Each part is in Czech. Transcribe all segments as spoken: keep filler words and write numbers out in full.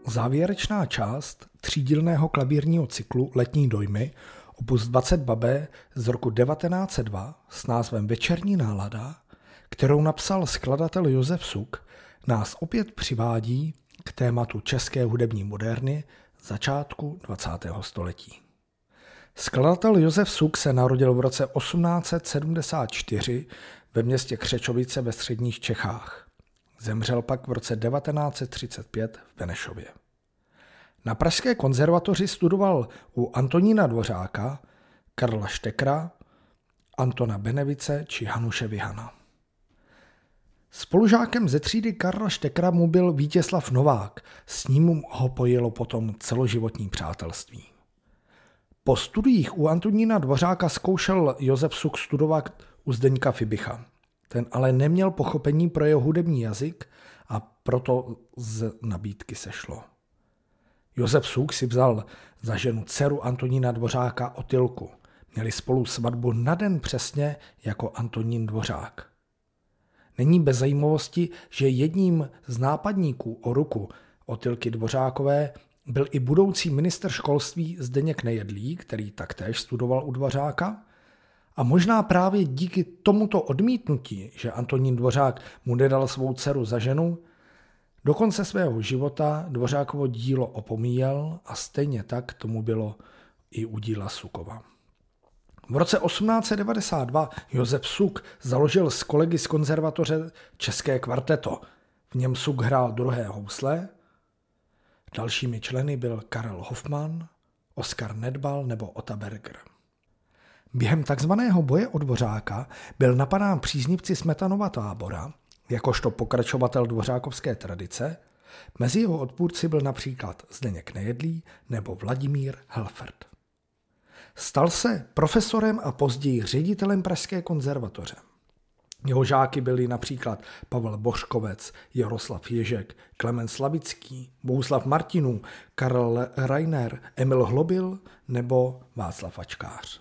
závěrečná část třídílného klavírního cyklu Letní dojmy opus dvacet Babé z roku devatenáct set dva s názvem Večerní nálada, kterou napsal skladatel Josef Suk, nás opět přivádí k tématu české hudební moderny začátku dvacátého století. Skladatel Josef Suk se narodil v roce osmnáct set sedmdesát čtyři ve městě Křečovice ve středních Čechách. Zemřel pak v roce devatenáct set třicet pět v Benešově. Na Pražské konzervatoři studoval u Antonína Dvořáka, Karla Štekra, Antona Benevice či Hanuše Vihana. Spolužákem ze třídy Karla Štekra mu byl Vítězslav Novák, s ním ho pojilo potom celoživotní přátelství. Po studiích u Antonína Dvořáka zkoušel Josef Suk studovat u Zdeňka Fibicha. Ten ale neměl pochopení pro jeho hudební jazyk a proto z nabídky sešlo. Josef Suk si vzal za ženu dceru Antonína Dvořáka Otylku. Měli spolu svatbu na den přesně jako Antonín Dvořák. Není bez zajímavosti, že jedním z nápadníků o ruku Otylky Dvořákové byl i budoucí ministr školství Zdeněk Nejedlý, který taktéž studoval u Dvořáka. A možná právě díky tomuto odmítnutí, že Antonín Dvořák mu nedal svou dceru za ženu, do konce svého života Dvořákovo dílo opomíjel a stejně tak tomu bylo i u díla Sukova. V roce osmnáct set devadesát dva Josef Suk založil s kolegy z konzervatoře České kvarteto. V něm Suk hrál druhé housle. Dalšími členy byl Karel Hofmann, Oskar Nedbal nebo Ota Berger. Během takzvaného boje o Dvořáka byl napadán příznivci Smetanova tábora, jakožto pokračovatel dvořákovské tradice. Mezi jeho odpůrci byl například Zdeněk Nejedlý nebo Vladimír Helfert. Stal se profesorem a později ředitelem Pražské konzervatoře. Jeho žáky byli například Pavel Božkovec, Jaroslav Ježek, Klement Slavický, Bohuslav Martinů, Karel Reiner, Emil Hlobil nebo Václav Ačkář.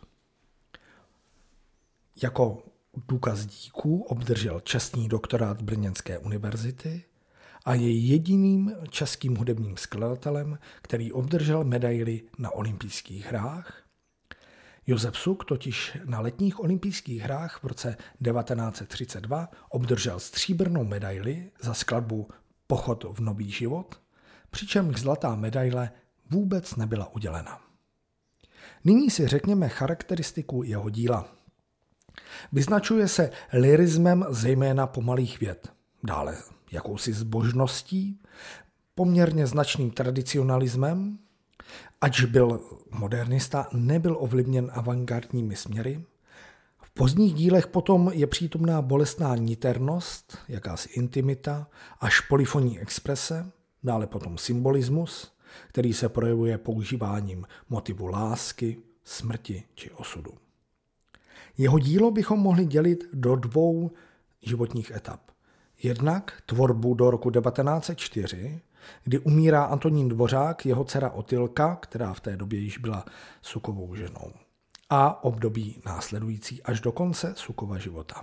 Jako důkaz díků obdržel čestný doktorát Brněnské univerzity a je jediným českým hudebním skladatelem, který obdržel medaili na olympijských hrách. Josef Suk totiž na letních olympijských hrách v roce devatenáct set třicet dva obdržel stříbrnou medaili za skladbu Pochod v nový život, přičemž zlatá medaile vůbec nebyla udělena. Nyní si řekněme charakteristiku jeho díla. Vyznačuje se lyrismem zejména pomalých vět, dále jakousi zbožností, poměrně značným tradicionalismem, ač byl modernista, nebyl ovlivněn avantgardními směry. V pozdních dílech potom je přítomná bolestná niternost, jakási intimita, až polyfonní exprese, dále potom symbolismus, který se projevuje používáním motivu lásky, smrti či osudu. Jeho dílo bychom mohli dělit do dvou životních etap. Jednak tvorbu do roku devatenáct set čtyři, kdy umírá Antonín Dvořák, jeho dcera Otylka, která v té době již byla Sukovou ženou, a období následující až do konce Sukova života.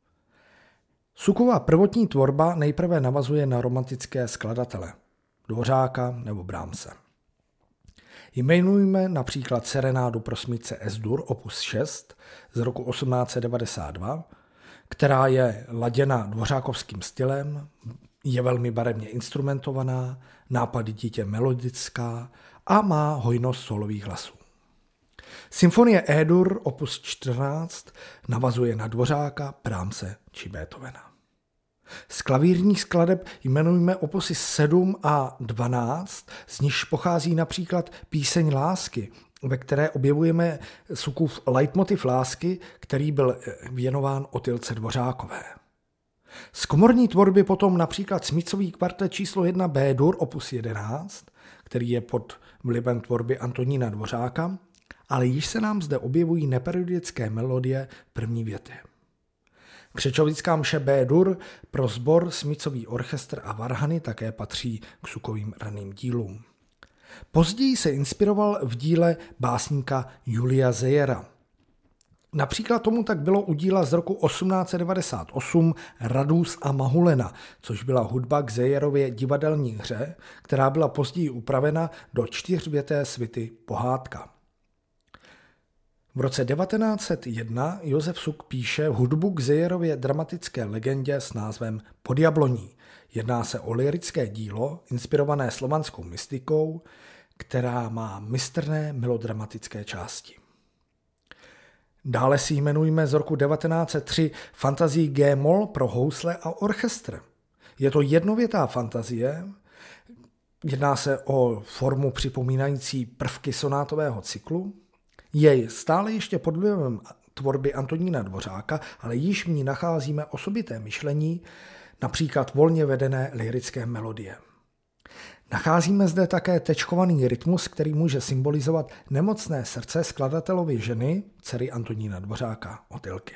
Sukova prvotní tvorba nejprve navazuje na romantické skladatele, Dvořáka nebo Brahmse. Jmenujme například Serenádu pro smyčce Es-dur opus šest z roku osmnáct set devadesát dva, která je laděna dvořákovským stylem, je velmi barevně instrumentovaná, nápady dítě melodická a má hojnost solových hlasů. Symfonie E-dur opus čtrnáct navazuje na Dvořáka, Brahmse či Beethovena. Z klavírních skladeb jmenujme opusy sedm a dvanáct, z nichž pochází například Píseň lásky, ve které objevujeme Sukův leitmotiv lásky, který byl věnován Otylce Dvořákové. Z komorní tvorby potom například Smyčcový kvartet číslo jedna B-dur opus jedenáct, který je pod vlivem tvorby Antonína Dvořáka, ale již se nám zde objevují neperodické melodie první věty. Křečovická mše B-dur pro sbor, Smyčcový orchestr a varhany také patří k Sukovým raným dílům. Později se inspiroval v díle básníka Julia Zejera. Například tomu tak bylo u díla z roku osmnáct set devadesát osm Radus a Mahulena, což byla hudba k Zejerově divadelní hře, která byla později upravena do čtyřvěté svity Pohádka. V roce devatenáct set jedna Josef Suk píše hudbu k Zejerově dramatické legendě s názvem Pod jabloní. Jedná se o lyrické dílo, inspirované slovanskou mystikou, která má mistrné melodramatické části. Dále si jmenujeme z roku devatenáct set tři fantazii G-moll pro housle a orchestr. Je to jednovětá fantazie, jedná se o formu připomínající prvky sonátového cyklu, jej stále ještě pod vlivem tvorby Antonína Dvořáka, ale již v ní nacházíme osobité myšlení, například volně vedené lyrické melodie. Nacházíme zde také tečkovaný rytmus, který může symbolizovat nemocné srdce skladatelovy ženy, dcery Antonína Dvořáka, Otylky.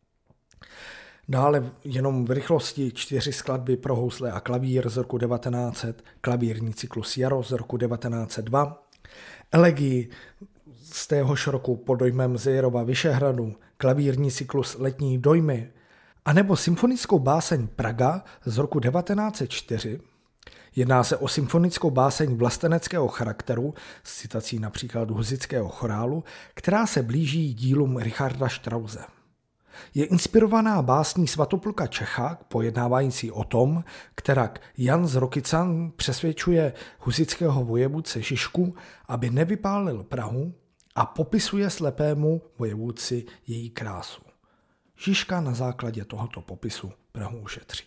Dále jenom v rychlosti čtyři skladby pro housle a klavír z roku devatenáct set, klavírní cyklus Jaro z roku devatenáct set dva, elegii z téhož roku pod dojmem Zejerova Vyšehradu, klavírní cyklus Letní dojmy, anebo symfonickou báseň Praga z roku devatenáct set čtyři. Jedná se o symfonickou báseň vlasteneckého charakteru s citací například husitského chorálu, která se blíží dílům Richarda Strause. Je inspirovaná básní Svatopluka Čecha, pojednávající o tom, kterak Jan z Rokycan přesvědčuje husitského vojevůdce Žižku, aby nevypálil Prahu, a popisuje slepému vojevůdci její krásu. Žižka na základě tohoto popisu Prahu ušetří.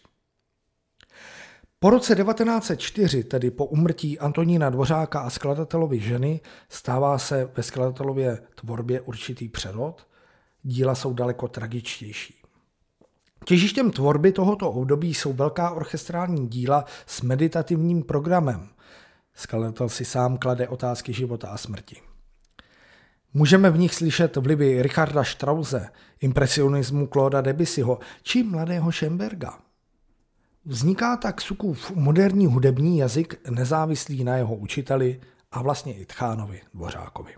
Po roce devatenáct set čtyři, tedy po úmrtí Antonína Dvořáka a skladatelovy ženy, stává se ve skladatelově tvorbě určitý přerod. Díla jsou daleko tragičtější. Těžištěm tvorby tohoto období jsou velká orchestrální díla s meditativním programem. Skladatel si sám klade otázky života a smrti. Můžeme v nich slyšet vlivy Richarda Strause, impresionismu Clauda Debussyho či mladého Schönberga. Vzniká tak Sukův moderní hudební jazyk nezávislý na jeho učiteli a vlastně i tchánovi Dvořákovi.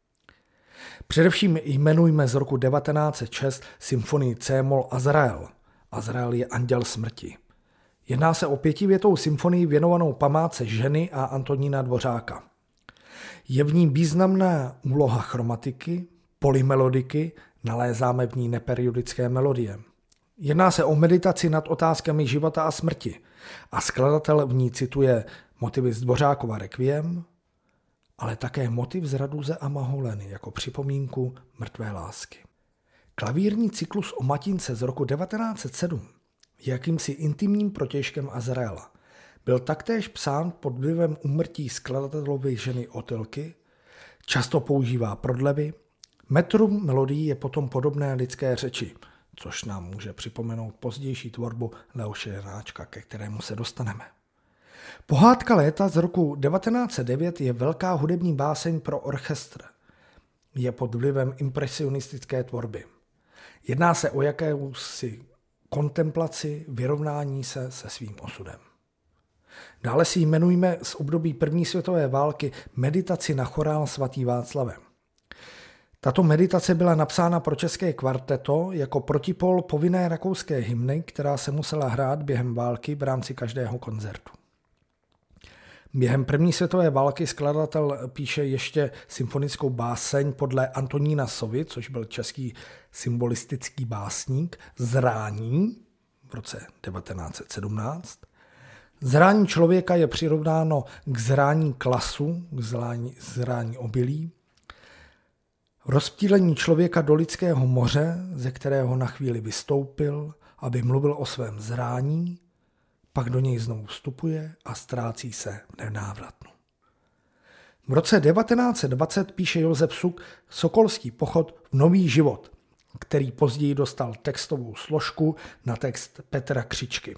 Především jmenujme z roku devatenáct set šest symfonii C-moll Azrael. Azrael je anděl smrti. Jedná se o pětivětou symfonii věnovanou památce ženy a Antonína Dvořáka. Je v ní významná úloha chromatiky, polymelodiky, nalézáme v ní neperiodické melodie. Jedná se o meditaci nad otázkami života a smrti a skladatel v ní cituje motivy z Dvořákova Requiem, ale také motiv z Raduze a Mahuleny jako připomínku mrtvé lásky. Klavírní cyklus o Matince z roku devatenáct set sedm je jakýmsi intimním protějškem Azraela. Byl taktéž psán pod vlivem úmrtí skladatelovy ženy Otylky, často používá prodlevy, metrum melodií je potom podobné lidské řeči, což nám může připomenout pozdější tvorbu Leoše Janáčka, ke kterému se dostaneme. Pohádka léta z roku devatenáct set devět je velká hudební báseň pro orchestr. Je pod vlivem impresionistické tvorby. Jedná se o jakési kontemplaci, vyrovnání se se svým osudem. Dále si jmenujeme z období první světové války meditaci na chorál svatý Václave. Tato meditace byla napsána pro české kvarteto jako protipol povinné rakouské hymny, která se musela hrát během války v rámci každého koncertu. Během první světové války skladatel píše ještě symfonickou báseň podle Antonína Sovy, což byl český symbolistický básník, Zrání v roce devatenáct set sedmnáct. Zrání člověka je přirovnáno k zrání klasu, k zrání, zrání obilí. Rozptýlení člověka do lidského moře, ze kterého na chvíli vystoupil, aby mluvil o svém zrání, pak do něj znovu vstupuje a ztrácí se v nenávratnu. V roce devatenáct set dvacet píše Josef Suk Sokolský pochod v nový život, který později dostal textovou složku na text Petra Křičky.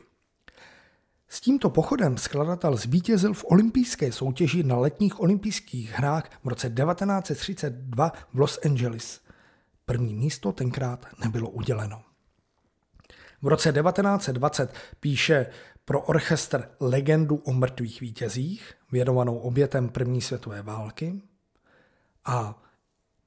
S tímto pochodem skladatel zvítězil v olympijské soutěži na letních olympijských hrách v roce devatenáct set třicet dva v Los Angeles. První místo tenkrát nebylo uděleno. V roce devatenáct set dvacet píše pro orchestr legendu o mrtvých vítězích, věnovanou obětem první světové války. A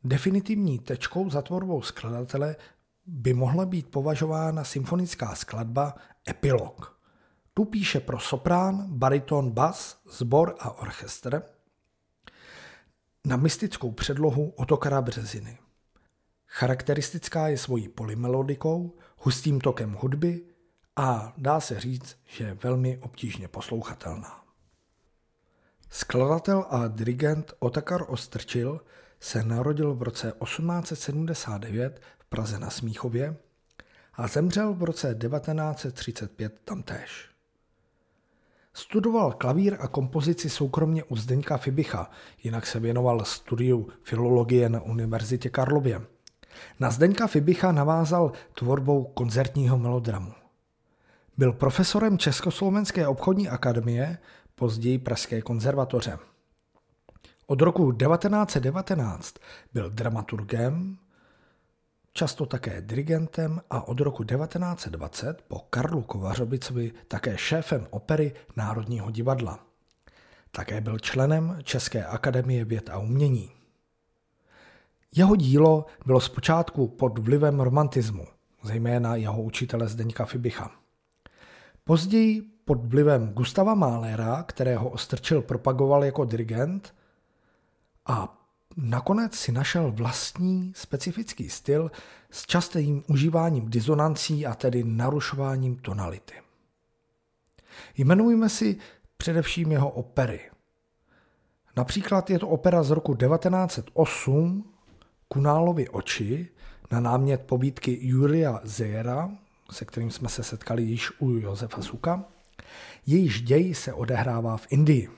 Definitivní tečkou za tvorbou skladatele by mohla být považována symfonická skladba Epilog. Tu píše pro soprán, bariton, bas, sbor a orchestr na mystickou předlohu Ottokara Březiny. Charakteristická je svojí polymelodikou, hustým tokem hudby a dá se říct, že je velmi obtížně poslouchatelná. Skladatel a dirigent Otakar Ostrčil se narodil v roce osmnáct set sedmdesát devět v Praze na Smíchově a zemřel v roce devatenáct set třicet pět tamtéž. Studoval klavír a kompozici soukromně u Zdeňka Fibicha, jinak se věnoval studiu filologie na Univerzitě Karlově. Na Zdeňka Fibicha navázal tvorbou koncertního melodramu. Byl profesorem Československé obchodní akademie, později Pražské konzervatoře. Od roku devatenáct set devatenáct byl dramaturgem, často také dirigentem a od roku devatenáct set dvacet po Karlu Kovařovicovi také šéfem opery Národního divadla. Také byl členem České akademie věd a umění. Jeho dílo bylo zpočátku pod vlivem romantismu, zejména jeho učitele Zdeňka Fibicha. Později pod vlivem Gustava Mahlera, kterého Ostrčil propagoval jako dirigent, a nakonec si našel vlastní specifický styl s častým užíváním disonancí a tedy narušováním tonality. Jmenujme si především jeho opery. Například je to opera z roku devatenáct set osm Kunálovy oči na námět povídky Julia Zejera, se kterým jsme se setkali již u Josefa Suka. Jejíž děj se odehrává v Indii.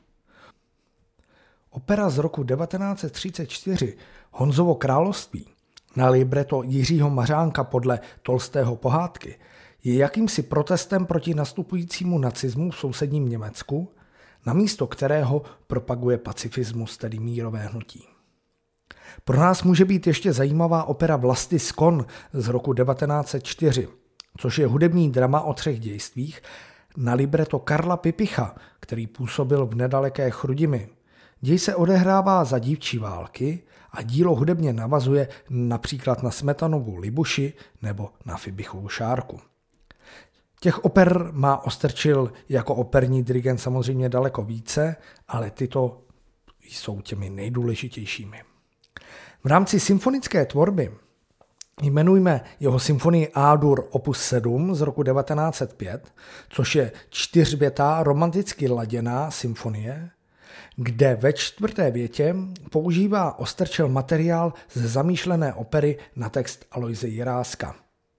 Opera z roku devatenáct set třicet čtyři Honzovo království na libreto Jiřího Mařánka podle Tolstého pohádky je jakýmsi protestem proti nastupujícímu nacismu v sousedním Německu, namísto kterého propaguje pacifismus, tedy mírové hnutí. Pro nás může být ještě zajímavá opera Vlasty Skon z roku devatenáct set čtyři, což je hudební drama o třech dějstvích na libreto Karla Pipicha, který působil v nedaleké Chrudimi. Děj se odehrává za dívčí války a dílo hudebně navazuje například na Smetanovu Libuši nebo na Fibichovu Šárku. Těch oper má Ostrčil jako operní dirigent samozřejmě daleko více, ale tyto jsou těmi nejdůležitějšími. V rámci symfonické tvorby jmenujme jeho symfonii A-dur opus sedm z roku devatenáct set pět, což je čtyřvětá romanticky laděná symfonie, kde ve čtvrté větě používá Ostrčil materiál ze zamýšlené opery na text Aloise Jiráska.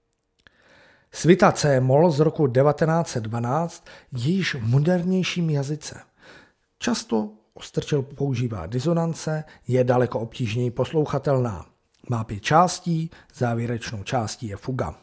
Svita C-moll z roku devatenáct set dvanáct je již v modernějším jazyce. Často Ostrčil používá disonance, je daleko obtížněji poslouchatelná. Má pět částí, závěrečnou částí je fuga.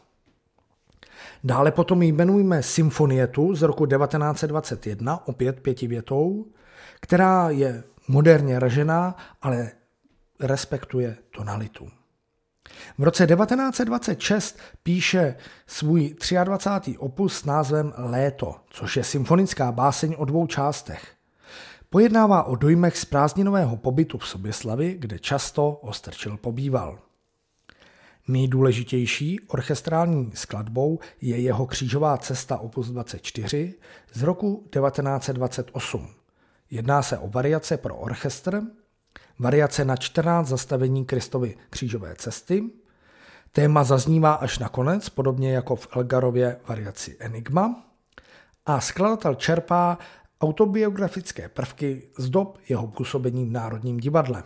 Dále potom jmenujme Symfonietu z roku devatenáct set dvacet jedna, opět pětivětou, která je moderně ražená, ale respektuje tonalitu. V roce devatenáct set dvacet šest píše svůj dvacátý třetí opus s názvem Léto, což je symfonická báseň o dvou částech. Pojednává o dojmech z prázdninového pobytu v Soběslavi, kde často Ostrčil pobýval. Nejdůležitější orchestrální skladbou je jeho Křížová cesta opus dvacet čtyři z roku devatenáct set dvacet osm. Jedná se o variace pro orchestr, variace na čtrnáct zastavení Kristovy křížové cesty. Téma zaznívá až nakonec, podobně jako v Elgarově variaci Enigma. A skladatel čerpá autobiografické prvky z dob jeho působení v Národním divadle.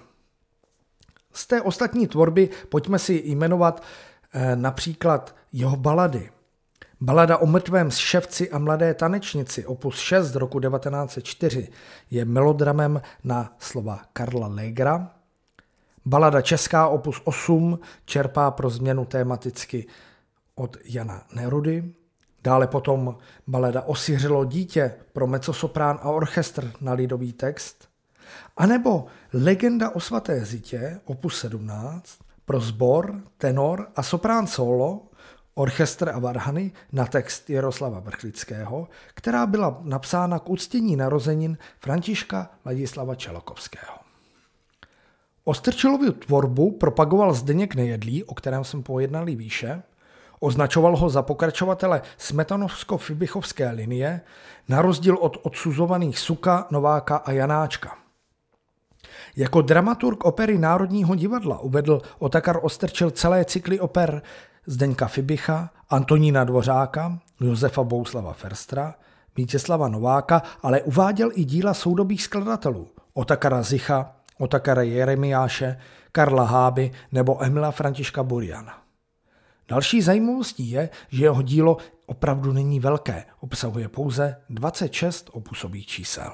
Z té ostatní tvorby pojďme si jmenovat eh, například jeho balady. Balada o mrtvém ševci a mladé tanečnici opus šest z roku devatenáct set čtyři je melodramem na slova Karla Légra. Balada česká opus osm čerpá pro změnu tématicky od Jana Nerudy. Dále potom balada Osiřelo dítě pro mezzosoprán a orchestr na lidový text. A nebo Legenda o svaté Zitě opus sedmnáct pro sbor, tenor a soprán solo, orchestr a varhany na text Jaroslava Vrchlického, která byla napsána k uctění narozenin Františka Ladislava Čelokovského. Ostrčilovu tvorbu propagoval Zdeněk Nejedlý, o kterém jsem pojednali výše, označoval ho za pokračovatele smetanovsko-fibichovské linie, na rozdíl od odsuzovaných Suka, Nováka a Janáčka. Jako dramaturg opery Národního divadla uvedl Otakar Ostrčil celé cykly oper Zdeňka Fibicha, Antonína Dvořáka, Josefa Bouslava Ferstra, Vítězslava Nováka, ale uváděl i díla soudobých skladatelů Otakara Zicha, Otakara Jeremiáše, Karla Háby nebo Emila Františka Buriana. Další zajímavostí je, že jeho dílo opravdu není velké, obsahuje pouze dvacet šest opusových čísel.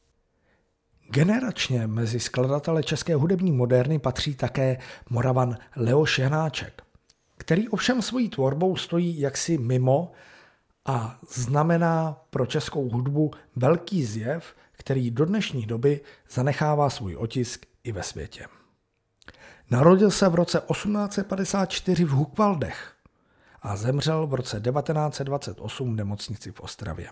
Generačně mezi skladatele české hudební moderny patří také Moravan Leoš Janáček, který ovšem svojí tvorbou stojí jaksi mimo a znamená pro českou hudbu velký zjev, který do dnešní doby zanechává svůj otisk i ve světě. Narodil se v roce osmnáct set padesát čtyři v Hukvaldech a zemřel v roce devatenáct set dvacet osm v nemocnici v Ostravě.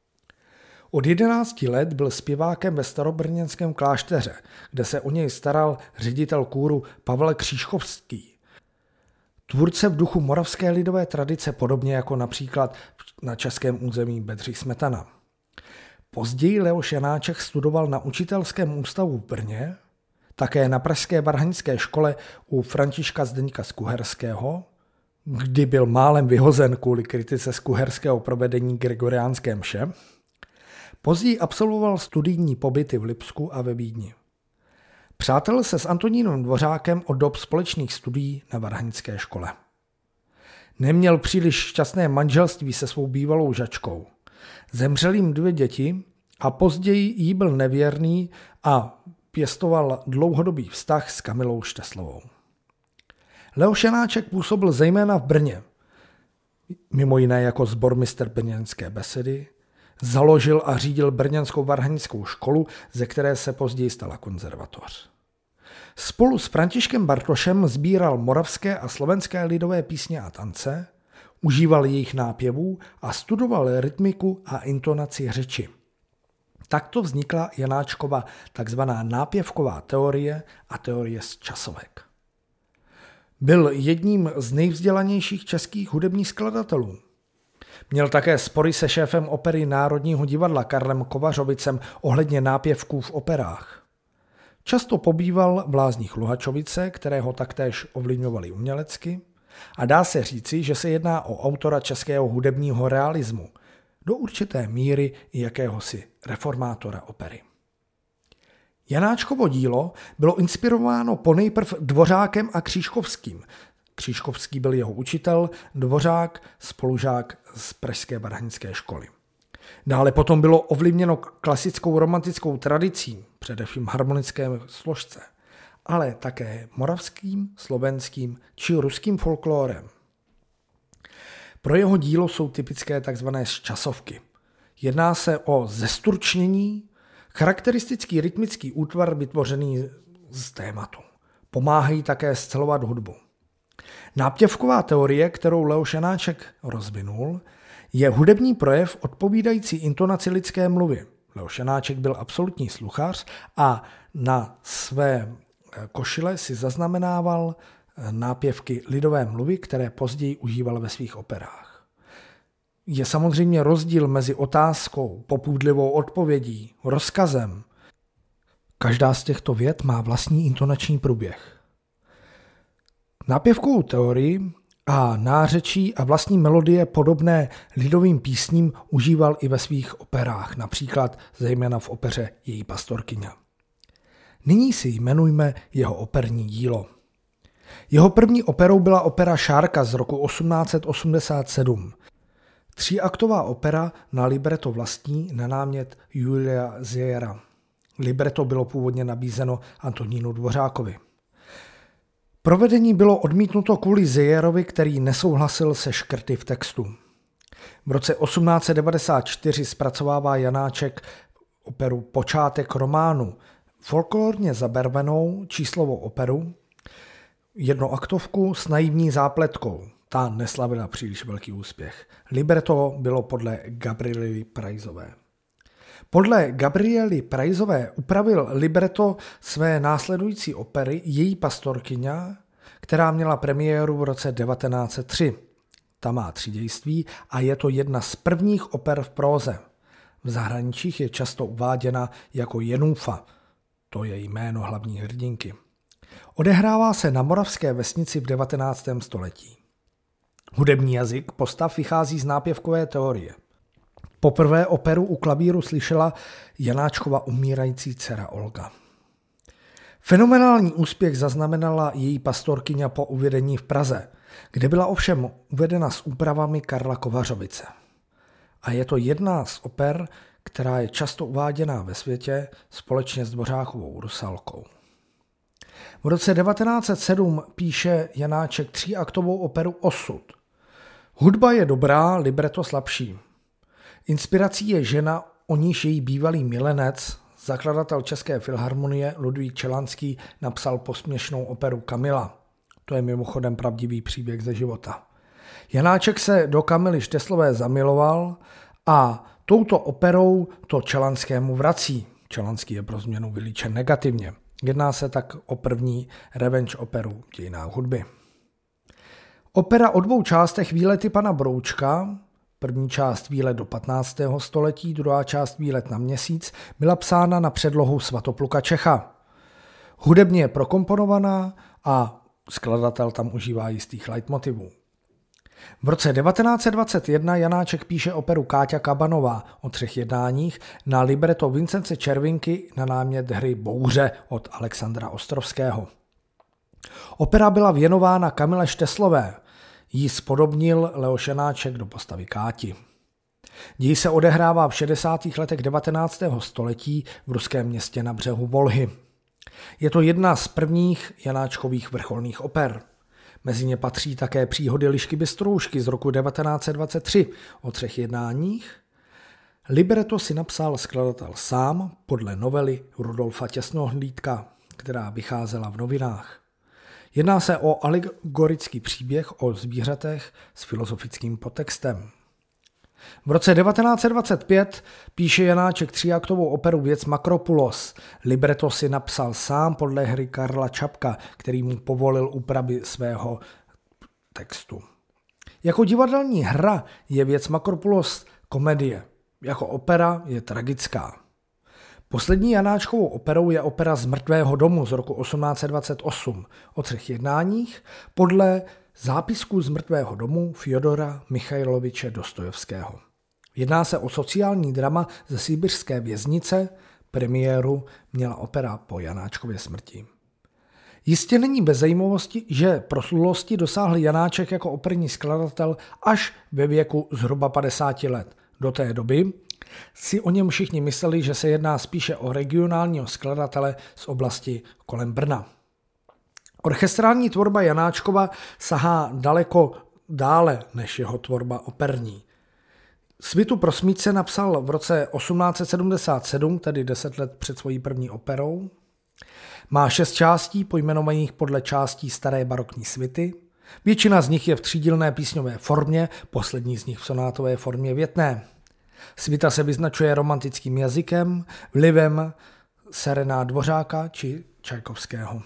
Od jedenácti let byl zpěvákem ve starobrněnském klášteře, kde se o něj staral ředitel kůru Pavel Křížkovský. Tvůrce v duchu moravské lidové tradice, podobně jako například na českém území Bedřich Smetana. Později Leoš Janáček studoval na učitelském ústavu v Brně, také na pražské varhaňské škole u Františka Zdeňka Skuherského, kdy byl málem vyhozen kvůli kritice Skuherského provedení gregoriánské mše. Později absolvoval studijní pobyty v Lipsku a ve Vídni. Přátelil se s Antonínem Dvořákem od dob společných studií na varhaňské škole. Neměl příliš šťastné manželství se svou bývalou žačkou. Zemřel jim dvě děti a později jí byl nevěrný a pěstoval dlouhodobý vztah s Kamilou Šteslovou. Leoš Janáček působil zejména v Brně, mimo jiné jako sbormistr brněnské besedy, založil a řídil brněnskou varhanickou školu, ze které se později stala konzervatoř. Spolu s Františkem Bartošem sbíral moravské a slovenské lidové písně a tance, užíval jejich nápěvů a studoval rytmiku a intonaci řeči. Takto vznikla Janáčkova takzvaná nápěvková teorie a teorie z časovek. Byl jedním z nejvzdělanějších českých hudebních skladatelů. Měl také spory se šéfem opery Národního divadla Karlem Kovařovicem ohledně nápěvků v operách. Často pobýval v Lázních Luhačovice, které ho taktéž ovlivňovaly umělecky, a dá se říci, že se jedná o autora českého hudebního realismu, do určité míry i jakéhosi reformátora opery. Janáčkovo dílo bylo inspirováno ponejprv Dvořákem a Křížkovským. Křížkovský byl jeho učitel, Dvořák spolužák z pražské varhaňské školy. Dále potom bylo ovlivněno klasickou romantickou tradicí, především harmonické složce, ale také moravským, slovenským či ruským folklórem. Pro jeho dílo jsou typické tzv. Časovky. Jedná se o zestručnění, charakteristický rytmický útvar vytvořený z tématu. Pomáhají také scelovat hudbu. Nápěvková teorie, kterou Leoš Janáček rozvinul, je hudební projev odpovídající intonaci lidské mluvy. Leoš Janáček byl absolutní sluchař a na své košile si zaznamenával nápěvky lidové mluvy, které později užíval ve svých operách. Je samozřejmě rozdíl mezi otázkou, popudlivou odpovědí, rozkazem. Každá z těchto vět má vlastní intonační průběh. Nápěvkovou teorii a nářečí a vlastní melodie podobné lidovým písním užíval i ve svých operách, například zejména v opeře Její pastorkyně. Nyní si jmenujme jeho operní dílo. Jeho první operou byla opera Šárka z roku osmnáct set osmdesát sedm. Tříaktová opera na libreto vlastní na námět Julia Zejera. Libreto bylo původně nabízeno Antonínu Dvořákovi. Provedení bylo odmítnuto kvůli Zejerovi, který nesouhlasil se škrty v textu. V roce osmnáct set devadesát čtyři zpracovává Janáček operu Počátek románu, folklorně zabarvenou číslovou operu, jednoaktovku s naivní zápletkou. Ta neslavila příliš velký úspěch. Libreto bylo podle Gabriely Praisové. Podle Gabriely Preissové upravil libreto své následující opery Její pastorkyňa, která měla premiéru v roce devatenáct set tři. Ta má tři dějství a je to jedna z prvních oper v próze. V zahraničích je často uváděna jako Jenůfa, to je jméno hlavní hrdinky. Odehrává se na moravské vesnici v devatenáctém století. Hudební jazyk postav vychází z nápěvkové teorie. Poprvé operu u klavíru slyšela Janáčkova umírající dcera Olga. Fenomenální úspěch zaznamenala Její pastorkyňa po uvedení v Praze, kde byla ovšem uvedena s úpravami Karla Kovařovice. A je to jedna z oper, která je často uváděná ve světě společně s Dvořákovou Rusalkou. V roce devatenáct set sedm píše Janáček tříaktovou operu Osud. Hudba je dobrá, libreto slabší. Inspirací je žena, o níž její bývalý milenec, zakladatel České filharmonie Ludvík Čelanský, napsal posměšnou operu Kamila. To je mimochodem pravdivý příběh ze života. Janáček se do Kamily Šteslové zamiloval a touto operou to Čelanskému vrací. Čelanský je pro změnu vylíčen negativně. Jedná se tak o první revenge operu v dějinách hudby. Opera o dvou částech Výlety pana Broučka, první část Výlet do patnáctého století, druhá část Výlet na měsíc, byla psána na předlohu Svatopluka Čecha. Hudebně je prokomponovaná a skladatel tam užívá jistých leitmotivů. V roce devatenáct set dvacet jedna Janáček píše operu Káťa Kabanová o třech jednáních na libreto Vincence Červinky na námět hry Bouře od Alexandra Ostrovského. Opera byla věnována Kamile Šteslové, jí spodobnil Leoš Janáček do postavy Káti. Děj se odehrává v šedesátých letech devatenáctého století v ruském městě na břehu Volhy. Je to jedna z prvních Janáčkových vrcholných oper. Mezi ně patří také Příhody Lišky Bystroušky z roku devatenáct set dvacet tři o třech jednáních. Libreto si napsal skladatel sám podle novely Rudolfa Těsnohlídka, která vycházela v novinách. Jedná se o alegorický příběh o zvířatech s filozofickým podtextem. V roce devatenáct set dvacet pět píše Janáček tříaktovou operu Věc Makropulos. Libreto si napsal sám podle hry Karla Čapka, který mu povolil úpravy svého textu. Jako divadelní hra je Věc Makropulos komedie, jako opera je tragická. Poslední Janáčkovou operou je opera Z mrtvého domu z roku osmnáct set dvacet osm o třech jednáních podle zápisků z mrtvého domu Fjodora Michajloviče Dostojevského. Jedná se o sociální drama ze sibiřské věznice, premiéru měla opera po Janáčkově smrti. Jistě není bez zajímavosti, že proslulosti dosáhl Janáček jako operní skladatel až ve věku zhruba padesáti let. Do té doby si o něm všichni mysleli, že se jedná spíše o regionálního skladatele z oblasti kolem Brna. Orchestrální tvorba Janáčkova sahá daleko dále než jeho tvorba operní. Svitu pro smíce napsal v roce osmnáct set sedmdesát sedm, tedy deset let před svojí první operou. Má šest částí pojmenovaných podle částí staré barokní svity. Většina z nich je v třídílné písňové formě, poslední z nich v sonátové formě větné. Svita se vyznačuje romantickým jazykem, vlivem serenád Dvořáka či Čajkovského.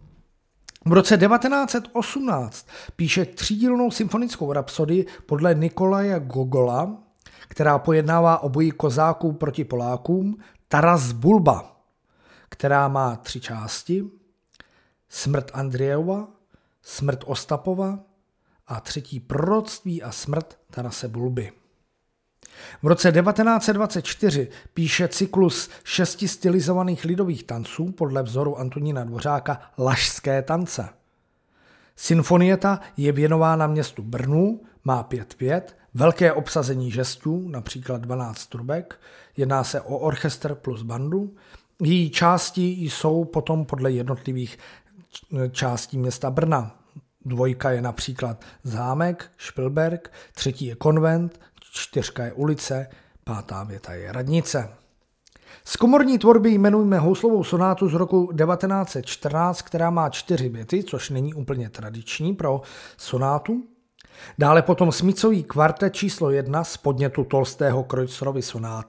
V roce devatenáct set osmnáct píše třídílnou symfonickou rapsodii podle Nikolaje Gogola, která pojednává o boji kozáků proti Polákům, Taras Bulba, která má tři části, Smrt Andřejeva, Smrt Ostapova a třetí Proroctví a smrt Tarase Bulby. V roce devatenáct set dvacet čtyři píše cyklus šesti stylizovaných lidových tanců podle vzoru Antonína Dvořáka Lašské tance. Sinfonieta je věnována městu Brnu, má pět vět, velké obsazení žestů, například dvanáct trubek, jedná se o orchestr plus bandu. Její části jsou potom podle jednotlivých částí města Brna. Dvojka je například zámek, Špilberk, třetí je konvent, čtyřka je ulice, pátá věta je radnice. Z komorní tvorby jmenujeme houslovou sonátu z roku devatenáct set čtrnáct, která má čtyři věty, což není úplně tradiční pro sonátu. Dále potom smicový kvartet číslo jedna z podnětu Tolstého Kreutzerovy sonáty,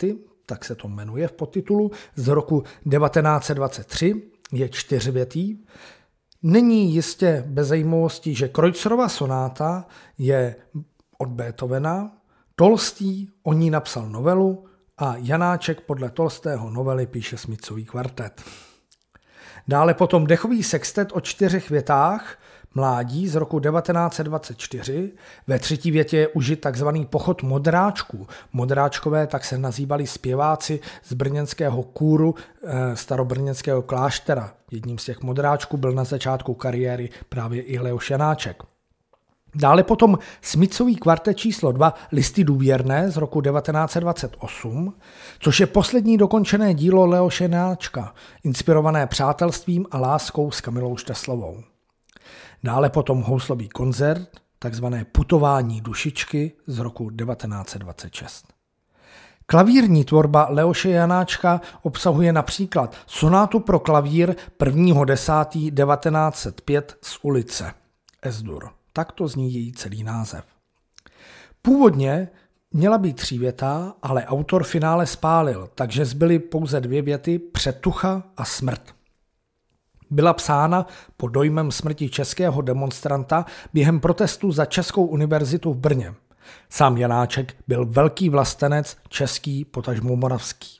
tak se to jmenuje v podtitulu, z roku devatenáct set dvacet tři, je čtyřvětý. Není jistě bez zajímavosti, že Kreuzerova sonáta je od Beethovena, Tolstý o ní napsal novelu a Janáček podle Tolstého novely píše Smithsový kvartet. Dále potom dechový sextet o čtyřech větách Mládí z roku devatenáct set dvacet čtyři. Ve třetí větě je užit takzvaný pochod modráčků. Modráčkové tak se nazývali zpěváci z brněnského kůru e, starobrněnského kláštera. Jedním z těch modráčků byl na začátku kariéry právě i Leoš Janáček. Dále potom Smithsový kvartet číslo dva Listy důvěrné z roku devatenáct set dvacet osm, což je poslední dokončené dílo Leoše Janáčka, inspirované přátelstvím a láskou s Kamilou Šteslovou. Dále potom houslový koncert, takzvané Putování dušičky z roku devatenáct set dvacet šest. Klavírní tvorba Leoše Janáčka obsahuje například sonátu pro klavír prvního desátého devatenáct set pět z ulice Es-dur. Takto zní její celý název. Původně měla být třívětá, ale autor finále spálil, takže zbyly pouze dvě věty Přetucha a smrt. Byla psána pod dojmem smrti českého demonstranta během protestu za Českou univerzitu v Brně. Sám Janáček byl velký vlastenec český, potažmo moravský.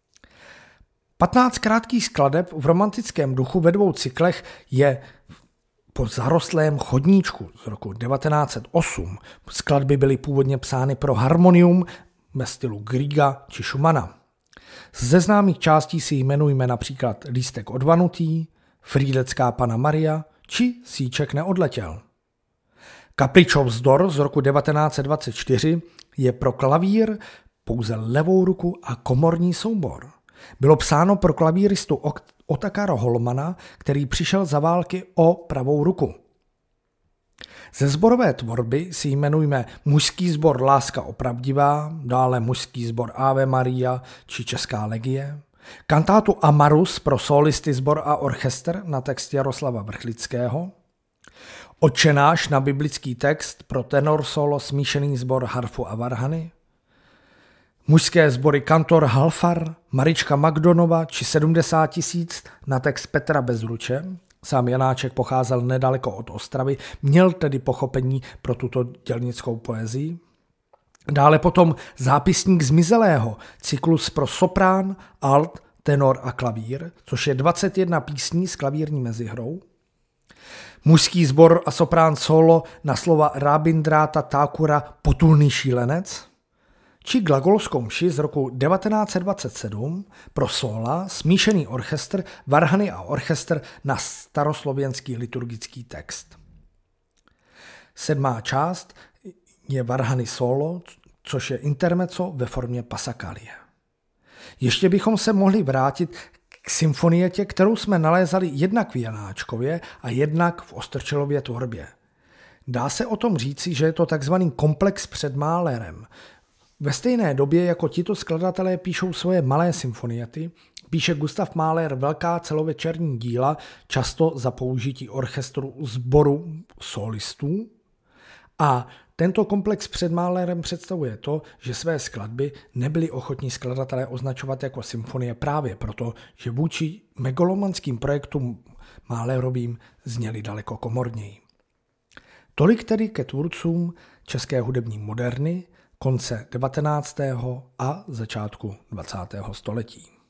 patnáct krátkých skladeb v romantickém duchu ve dvou cyklech je po zarostlém chodníčku z roku devatenáct set osm. Skladby byly původně psány pro harmonium ve stylu Griega či Schumana. Ze známých částí si jmenujeme například Lístek odvanutý, Frýdecká Panna Maria či Síček neodletěl. Capriccio vzdor z roku devatenáct set dvacet čtyři je pro klavír pouze levou ruku a komorní soubor. Bylo psáno pro klavíristu Otakara Holmana, který přišel za války o pravou ruku. Ze sborové tvorby si jmenujeme Mužský sbor Láska opravdivá, dále Mužský sbor Ave Maria či Česká legie, kantátu Amarus pro solisty, sbor a orchestr na text Jaroslava Vrchlického, Otčenáš na biblický text pro tenor solo smíšený sbor harfu a varhany, mužské sbory Kantor Halfar, Marička Magdonova či sedmdesát tisíc na text Petra Bezruče. Sám Janáček pocházel nedaleko od Ostravy, měl tedy pochopení pro tuto dělnickou poezii. Dále potom Zápisník zmizelého, cyklus pro soprán, alt, tenor a klavír, což je dvacet jedna písní s klavírní mezihrou. Mužský sbor a soprán solo na slova Rabindráta Thakura Potulný šílenec, či glagolskou mši z roku devatenáct set dvacet sedm pro sóla, smíšený orchestr, varhany a orchestr na staroslověnský liturgický text. Sedmá část je varhany solo, což je intermezzo ve formě pasakalie. Ještě bychom se mohli vrátit k symfonietě, kterou jsme nalézali jednak v Janáčkově a jednak v Ostrčelově tvorbě. Dá se o tom říci, že je to takzvaný komplex před Mahlerem. Ve stejné době, jako tito skladatelé píšou svoje malé symfoniety, píše Gustav Mahler velká celovečerní díla, často za použití orchestru sboru solistů. A tento komplex před Mahlerem představuje to, že své skladby nebyli ochotní skladatelé označovat jako symfonie právě proto, že vůči megalomanským projektům Mahlerovým zněly daleko komorněji. Tolik tedy ke tvůrcům české hudební moderny konce devatenáctého a začátku dvacátého století.